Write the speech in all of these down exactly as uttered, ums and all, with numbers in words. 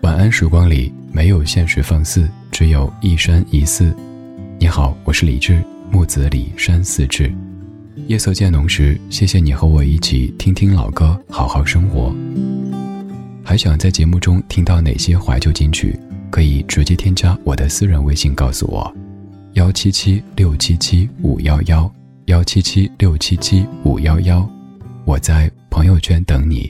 晚安时光里没有现实放肆，只有一山一寺。你好，我是李志，木子李山寺志。夜色渐浓时，谢谢你和我一起听听老歌，好好生活。还想在节目中听到哪些怀旧金曲，可以直接添加我的私人微信告诉我，幺七七六七七五幺幺，幺七七六七七五幺幺，我在朋友圈等你。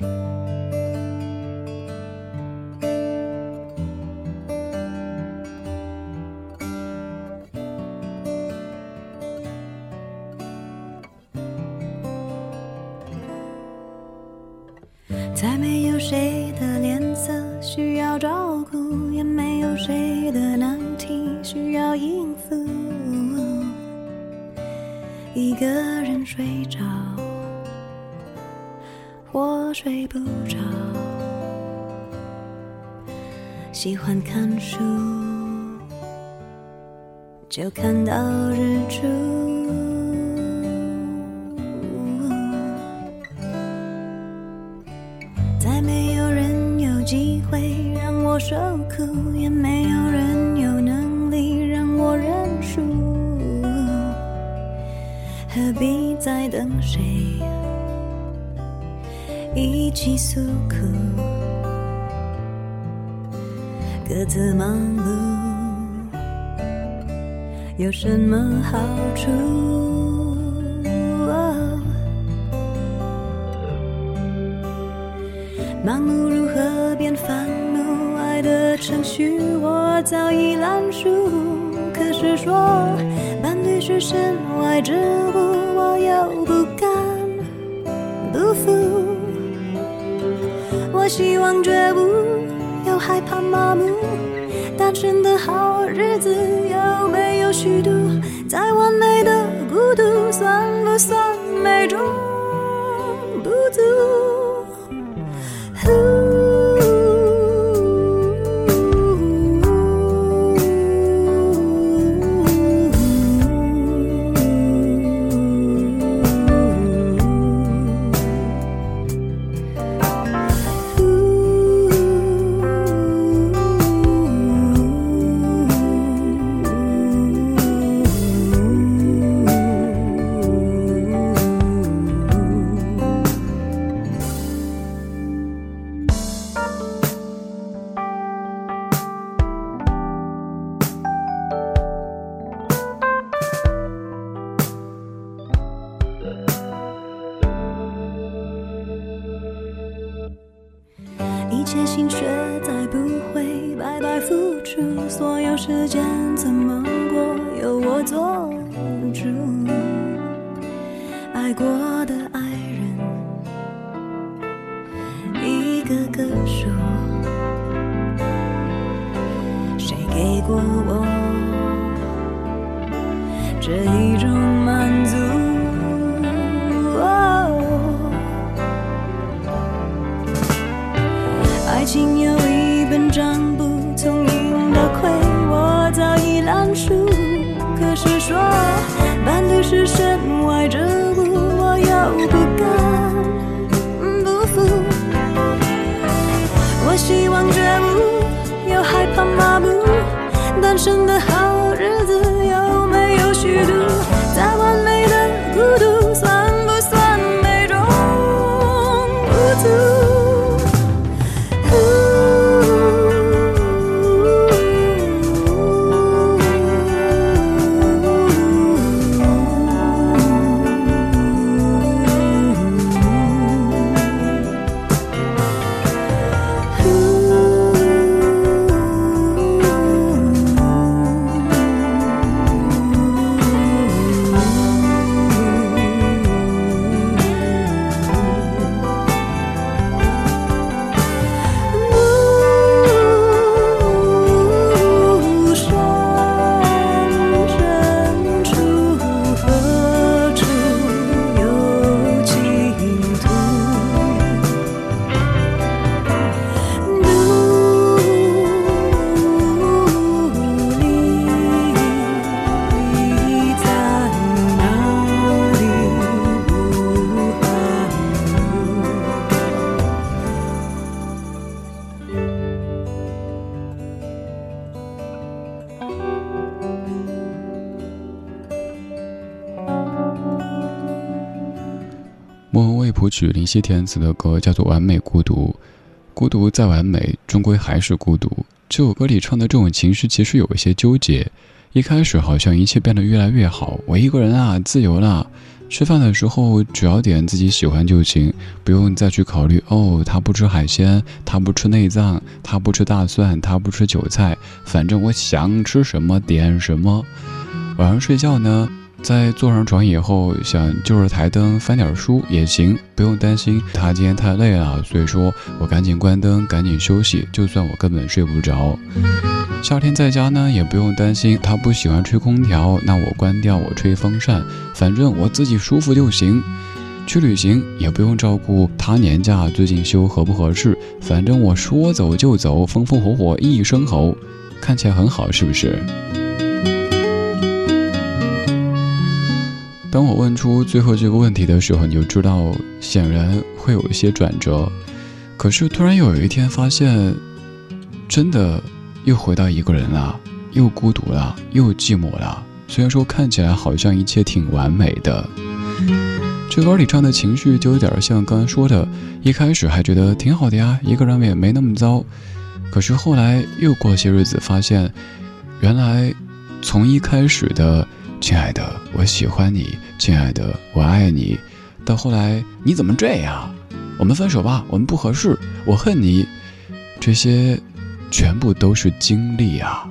再没有谁的脸色需要照顾，也没有谁的难题需要应付。一个人睡着或睡不着，喜欢看书就看到日出。再没有人有机会让我受苦，也没有人有能力让我认输。何必再等谁一起诉苦，各自忙碌有什么好处？盲目如何变愤怒，爱的程序我早已烂熟。可是说伴侣是身外之物，我又不甘不服。我希望觉悟，又害怕麻木，单身的好日子有没有虚度？再完美的孤独，算不算美中不足？一切心血再不会白白付出，所有时间怎么过由我做主。爱过的爱人一个个数，谁给过我这一种满足？爱情有一本账簿，从赢到亏我早已烂熟。可是说伴侣是身外之物，我又不甘不服。我希望觉悟，又害怕麻木，单身的好日子有没有虚度？再完美的孤独，算不算美中不足？ 谱曲林夕填词的歌，叫做《完美孤独》。孤独再完美，终归还是孤独。这首歌里唱的这种情绪其实有一些纠结。一开始好像一切变得越来越好，我一个人啊，自由了。吃饭的时候只要点自己喜欢就行，不用再去考虑哦，他不吃海鲜，他不吃内脏，他不吃大蒜，他不吃韭菜，反正我想吃什么点什么。晚上睡觉呢，在坐上床以后，想就着台灯翻点书也行，不用担心他今天太累了，所以说我赶紧关灯，赶紧休息，就算我根本睡不着。夏天在家呢，也不用担心他不喜欢吹空调，那我关掉，我吹风扇，反正我自己舒服就行。去旅行也不用照顾他年假最近休合不合适，反正我说走就走，风风火火一声吼，看起来很好，是不是？当我问出最后这个问题的时候，你就知道显然会有一些转折。可是突然有一天发现，真的又回到一个人了，又孤独了，又寂寞了。虽然说看起来好像一切挺完美的，这歌里唱的情绪就有点像刚才说的，一开始还觉得挺好的呀，一个人也没那么糟。可是后来又过些日子发现，原来从一开始的亲爱的我喜欢你，亲爱的我爱你，到后来你怎么这样，我们分手吧，我们不合适，我恨你，这些全部都是经历啊。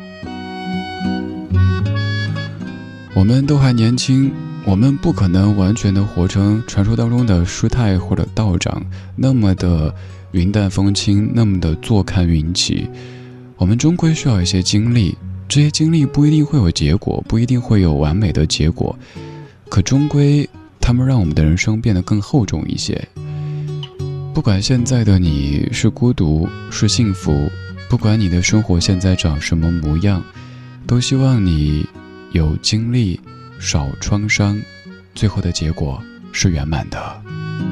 我们都还年轻，我们不可能完全的活成传说当中的师太或者道长，那么的云淡风轻，那么的坐看云起。我们终归需要一些经历，这些经历不一定会有结果，不一定会有完美的结果，可终归他们让我们的人生变得更厚重一些。不管现在的你是孤独是幸福，不管你的生活现在长什么模样，都希望你有经历，少创伤，最后的结果是圆满的。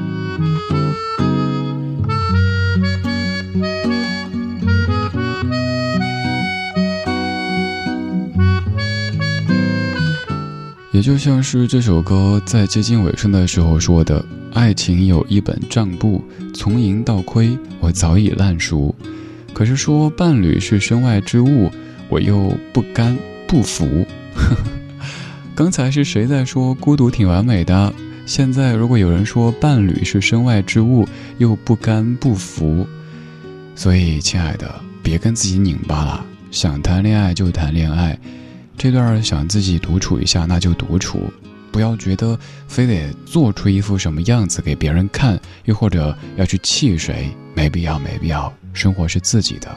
也就像是这首歌在接近尾声的时候说的，爱情有一本账簿，从赢到亏我早已烂熟。可是说伴侣是身外之物，我又不甘不服。刚才是谁在说孤独挺完美的？现在如果有人说伴侣是身外之物，又不甘不服。所以亲爱的，别跟自己拧巴了，想谈恋爱就谈恋爱，这段想自己独处一下那就独处，不要觉得非得做出一副什么样子给别人看，又或者要去气谁，没必要没必要，生活是自己的。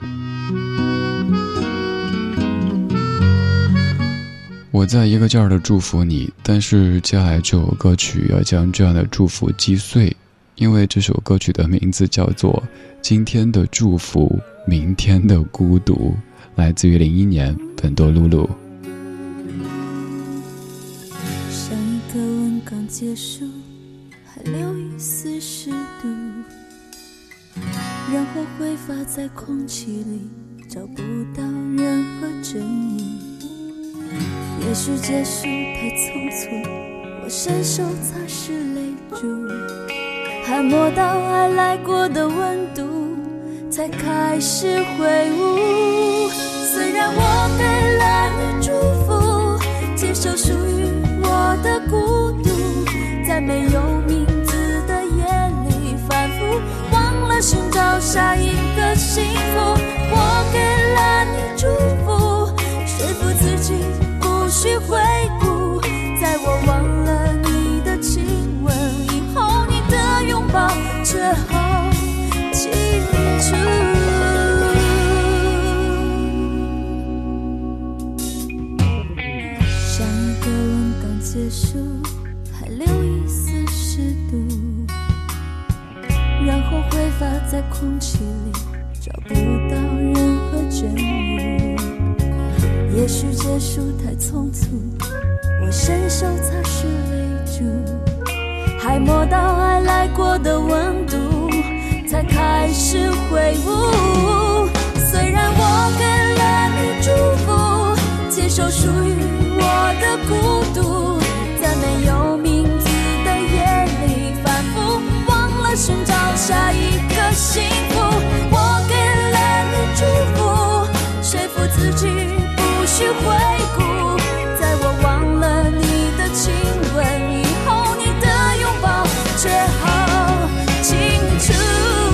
我在一个劲儿的祝福你，但是接下来这首歌曲要将这样的祝福击碎，因为这首歌曲的名字叫做今天的祝福，明天的孤独，来自于零一年本多露露。 上一个吻刚结束，还留一丝湿度，然后挥发在空气里，找不到任何真意。也许结束太匆促，我伸手擦拭泪珠，还摸到爱来过的温度，才开始挥舞。虽然我给了你祝福，接受属于我的孤独，在没有名字的夜里反复忘了寻找下一个幸福。我给了你祝福，说服自己不需回顾，在我忘了你的亲吻以后，你的拥抱却好清楚。上一个吻刚结束，还留一丝湿度，然后挥发在空气里，找不到任何真理。也许结束太匆促，我伸手擦拭泪珠，还摸到爱来过的温度，才开始挥舞。虽然我给了你祝福，接受属于我的孤独，在没有名字的夜里反复忘幸福。我给了你祝福，说服自己不需回顾，在我忘了你的亲吻以后，你的拥抱却好清楚。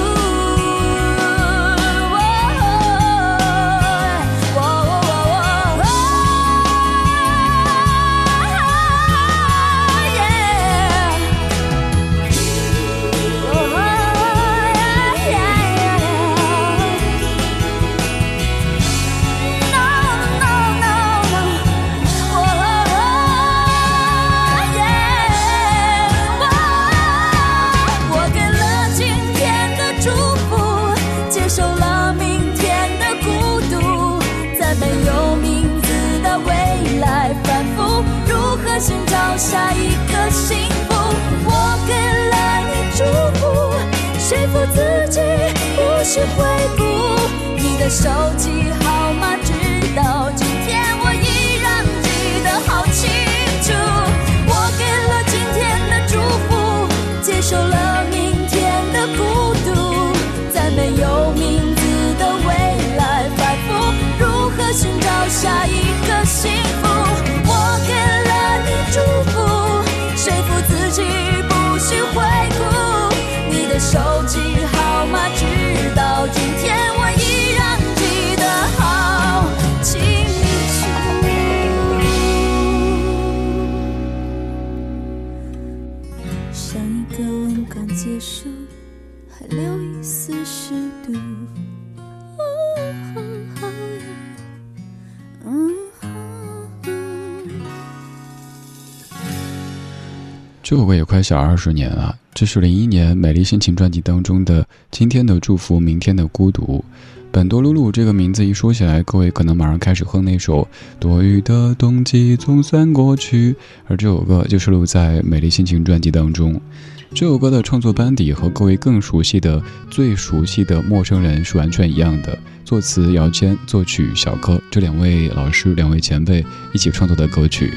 寻找下一个幸福，我给了你祝福，说服自己不需回顾你的手机号码，直到今天我依然记得好清楚。我给了今天的祝福，接受了明天的孤独，在没有名字的未来反复，如何寻找下一个幸福？我给了你祝福，说服自己不需回顾你的手机号码，直到今天我依然记得好清楚。上一个吻刚结束，还留一丝湿度。 这首歌也快小二十年了，这是零一年美丽心情专辑当中的今天的祝福，明天的孤独。本多露露这个名字一说起来，各位可能马上开始哼那首多雨的冬季总算过去，而这首歌就是录在美丽心情专辑当中。这首歌的创作班底和各位更熟悉的最熟悉的陌生人是完全一样的，作词姚谦，作曲小柯，这两位老师两位前辈一起创作的歌曲。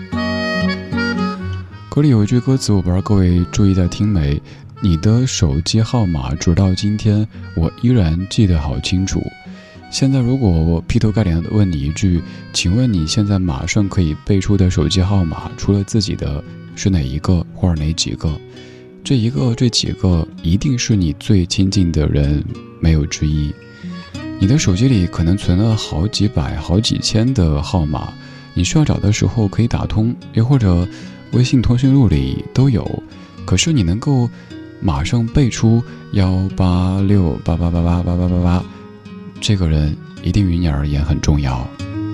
歌里有一句歌词，我不知道各位注意在听没，你的手机号码直到今天我依然记得好清楚。现在如果我劈头盖脸的问你一句，请问你现在马上可以背出的手机号码除了自己的是哪一个或者哪几个？这一个这几个一定是你最亲近的人，没有之一。你的手机里可能存了好几百好几千的号码，你需要找的时候可以打通，又或者微信通讯录里都有，可是你能够马上背出幺八六八八八八八八八八，这个人一定于你而言很重要。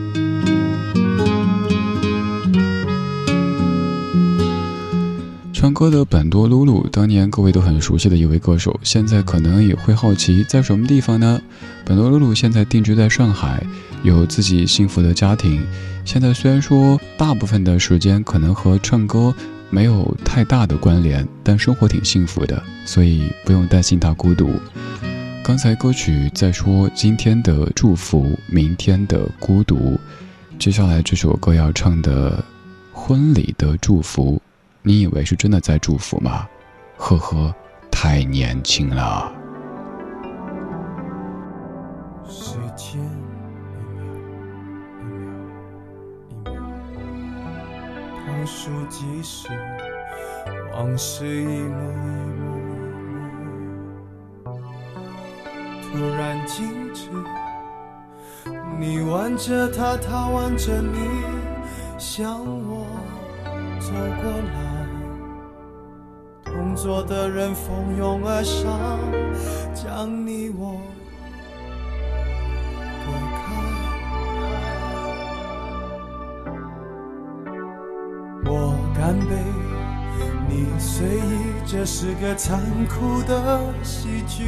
唱歌的本多露露，当年各位都很熟悉的一位歌手，现在可能也会好奇在什么地方呢？本多露露现在定居在上海，有自己幸福的家庭。现在虽然说大部分的时间可能和唱歌没有太大的关联，但生活挺幸福的，所以不用担心她孤独。刚才歌曲在说今天的祝福，明天的孤独，接下来这首歌要唱的婚礼的祝福，你以为是真的在祝福吗？呵呵，太年轻了。 时间一秒一秒一秒，倒数计时，往事一幕一幕一幕，突然静止。你挽着他，他挽着你，向我走过来，同桌的人蜂拥而上，将你我隔开。我干杯，你随意，这是个残酷的喜剧。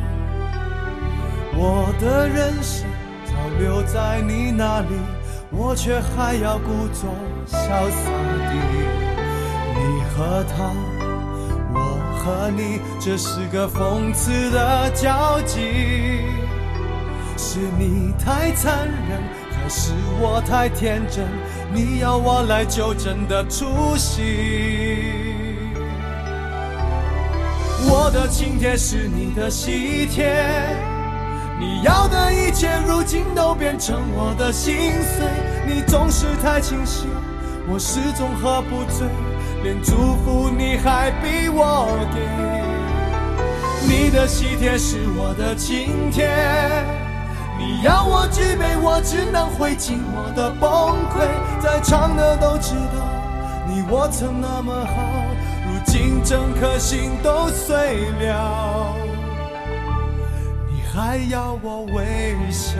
我的人生早留在你那里，我却还要故作潇洒地，你和他，我和你，这是个讽刺的交集。是你太残忍，还是我太天真？你要我来纠正的出息。 我的请帖是你的喜帖，你要的一切如今都变成我的心碎。你总是太清醒，我始终喝不醉，连祝福你还逼我给。你的喜帖是我的请帖，你要我举杯，我只能会尽我的崩溃。在场的都知道你我曾那么好，如今整颗心都碎了，你还要我微笑。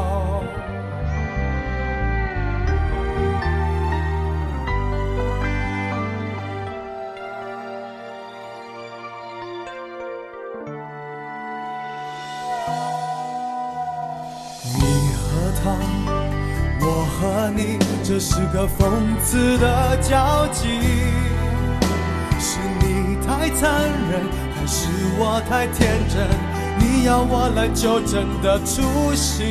你和他，我和你，这是个讽刺的交集。是你太残忍，还是我太天真？你要我来纠正的出息。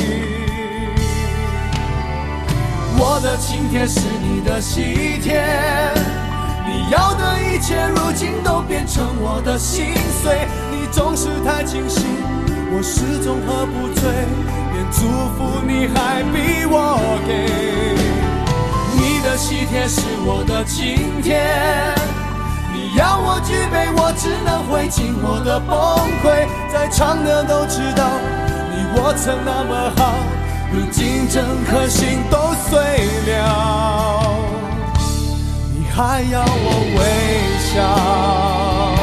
我的请帖是你的喜帖，你要的一切如今都变成我的心碎。你总是太清醒，我始终喝不醉，连祝福你还逼我给。你的喜帖是我的请帖，你要我举杯，我只能会尽我的崩溃。在场的都知道你我曾那么好，如今整颗心都碎了，你还要我微笑。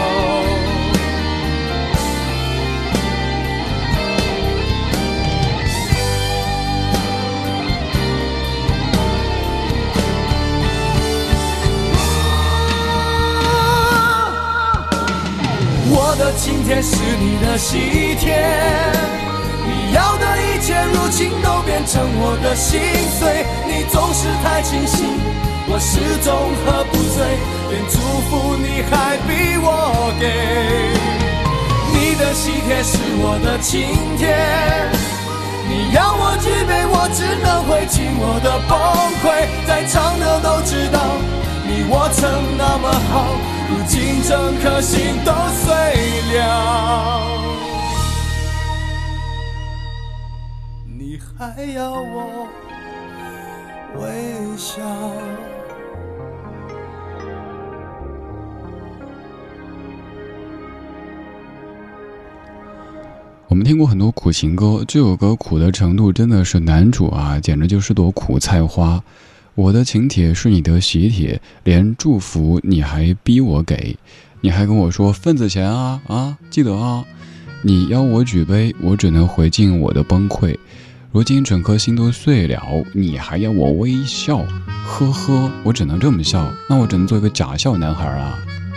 我的请帖是你的喜帖，你要的一切如今都变成我的心碎。你总是太清醒，我始终喝不醉，连祝福你还逼我给。你的喜帖是我的请帖，你要我举杯，我只能会尽我的崩溃。在场的都知道你我曾那么好，如今整颗心都碎了，你还要我微笑。 我们听过很多苦情歌，这首歌苦的程度真的是男主啊，简直就是朵苦菜花。我的请帖是你的喜帖，连祝福你还逼我给，你还跟我说份子钱啊啊，记得啊！你要我举杯，我只能回敬我的崩溃。如今整颗心都碎了，你还要我微笑，呵呵，我只能这么笑，那我只能做一个假笑男孩啊。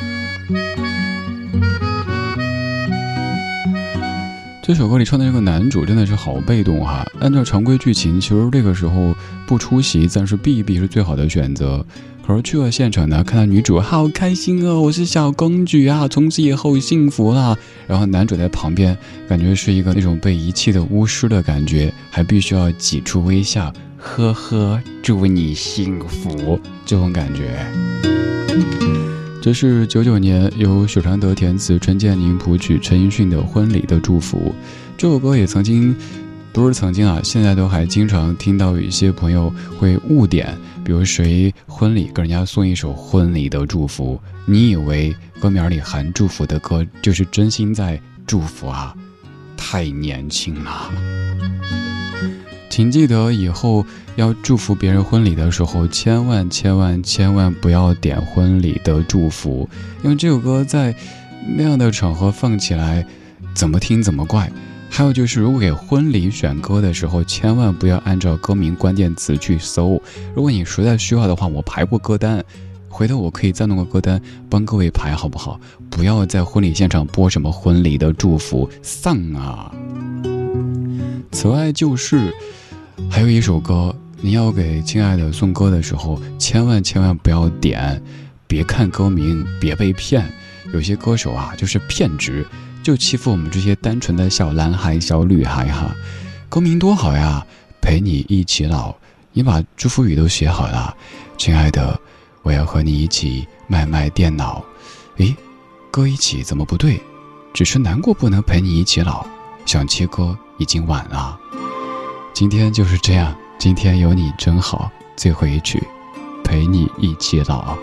这首歌里唱的这个男主真的是好被动哈，按照常规剧情，其实这个时候不出席暂时避一避是最好的选择。可是去了现场呢，看到女主好开心哦，我是小公主啊，从此以后幸福啦。然后男主在旁边，感觉是一个那种被遗弃的巫师的感觉，还必须要挤出微笑，呵呵，祝你幸福，这种感觉。这是九九年由许常德填词，陈建宁谱曲，陈奕迅的《婚礼的祝福》。这首歌也曾经，不是曾经啊，现在都还经常听到有一些朋友会误点，比如谁婚礼跟人家送一首婚礼的祝福，你以为歌名里含祝福的歌就是真心在祝福啊？太年轻了。请记得以后要祝福别人婚礼的时候，千万千万千万不要点婚礼的祝福，因为这首歌在那样的场合放起来，怎么听怎么怪。还有就是，如果给婚礼选歌的时候，千万不要按照歌名关键词去搜。如果你实在需要的话，我排过歌单，回头我可以再弄个歌单帮各位排，好不好？不要在婚礼现场播什么婚礼的祝福，丧啊！此外就是还有一首歌，你要给亲爱的送歌的时候，千万千万不要点，别看歌名，别被骗。有些歌手啊，就是骗值，就欺负我们这些单纯的小男孩、小女孩哈。歌名多好呀，陪你一起老，你把祝福语都写好了，亲爱的，我要和你一起卖卖电脑。诶， 搁一起怎么不对？只是难过不能陪你一起老，想切割已经晚了。今天就是这样，今天有你真好，最后一曲，陪你一起老。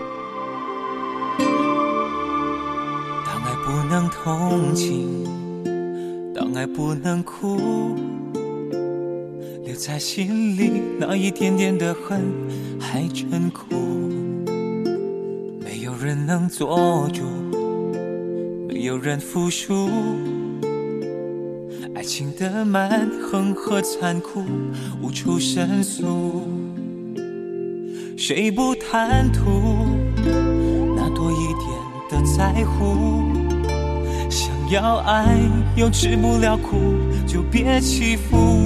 当爱不能同情，当爱不能哭，留在心里那一点点的恨还真苦。没有人能做主，没有人服输，爱情的蛮横和残酷无处申诉。谁不贪图那多一点的在乎？想要爱又吃不了苦，就别欺负。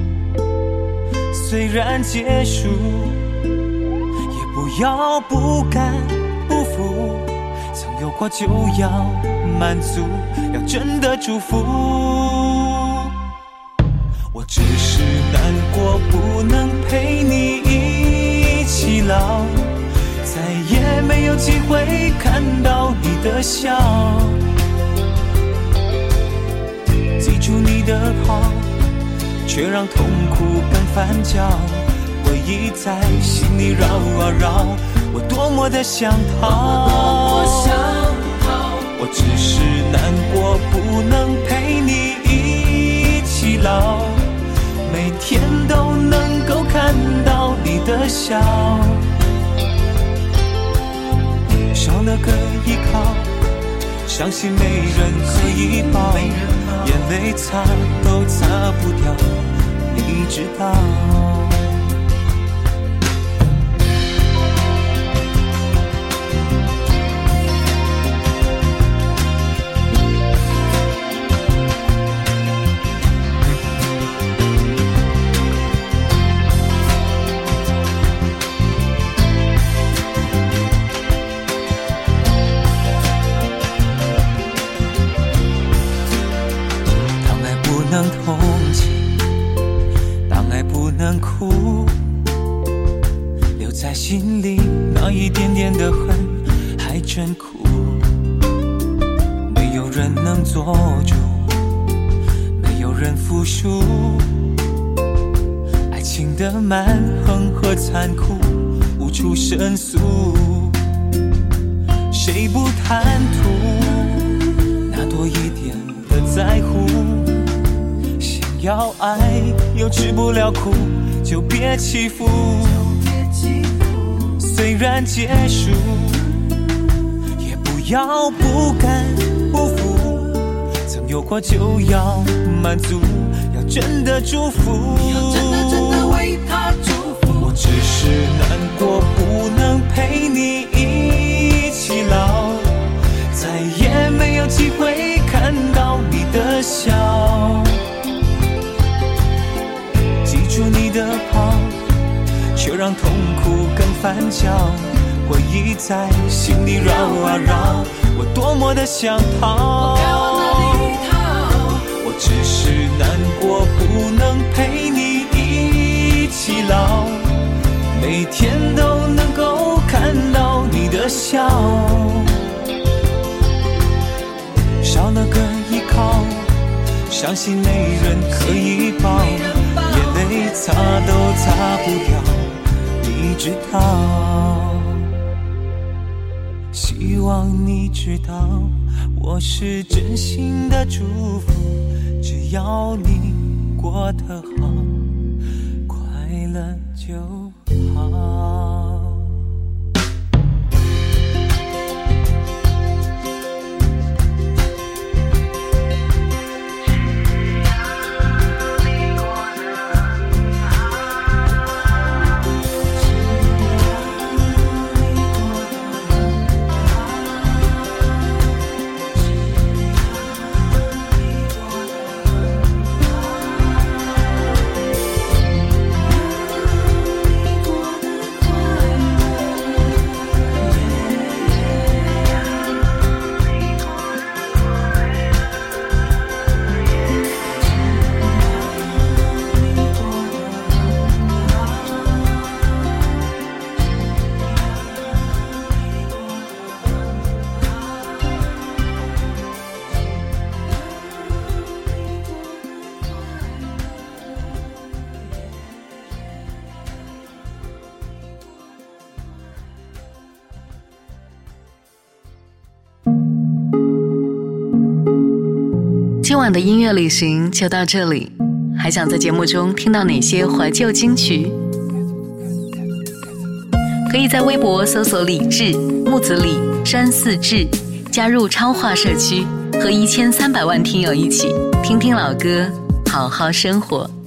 虽然结束，也不要不甘不服。曾有过就要满足，要真的祝福。我只是难过不能陪你一起老，再也没有机会看到你的笑。记住你的好，却让痛苦更翻搅，回忆在心里绕啊绕，我多么的想逃。我只是难过不能陪你一起老，每天都能够看到你的笑，少了个依靠，相信没人可以抱，眼泪擦都擦不掉，你知道。当爱不能同情，当爱不能哭，留在心里那一点点的恨还真苦。没有人能做主，没有人服输，爱情的蛮横和残酷无处申诉。谁不贪图那多一点的在乎？要爱又吃不了苦，就别欺负。虽然结束，也不要不甘不服。曾有过就要满足，要真的祝福。我只是难过不能陪你一起老，再也没有机会看到你的笑。记住你的好，却让痛苦更翻搅，回忆在心里绕啊绕，我多么的想逃。我只是难过不能陪你一起老，每天都能够看到你的笑，少了个依靠，相信没人可以抱，眼泪擦都擦不掉，你知道。希望你知道，我是真心的祝福，只要你过得好，快乐就好。 今晚的音乐旅行就到这里，还想在节目中听到哪些怀旧金曲？可以在微博搜索李志、木子李、山寺志，加入超话社区，和一千三百万听友一起听听老歌，好好生活。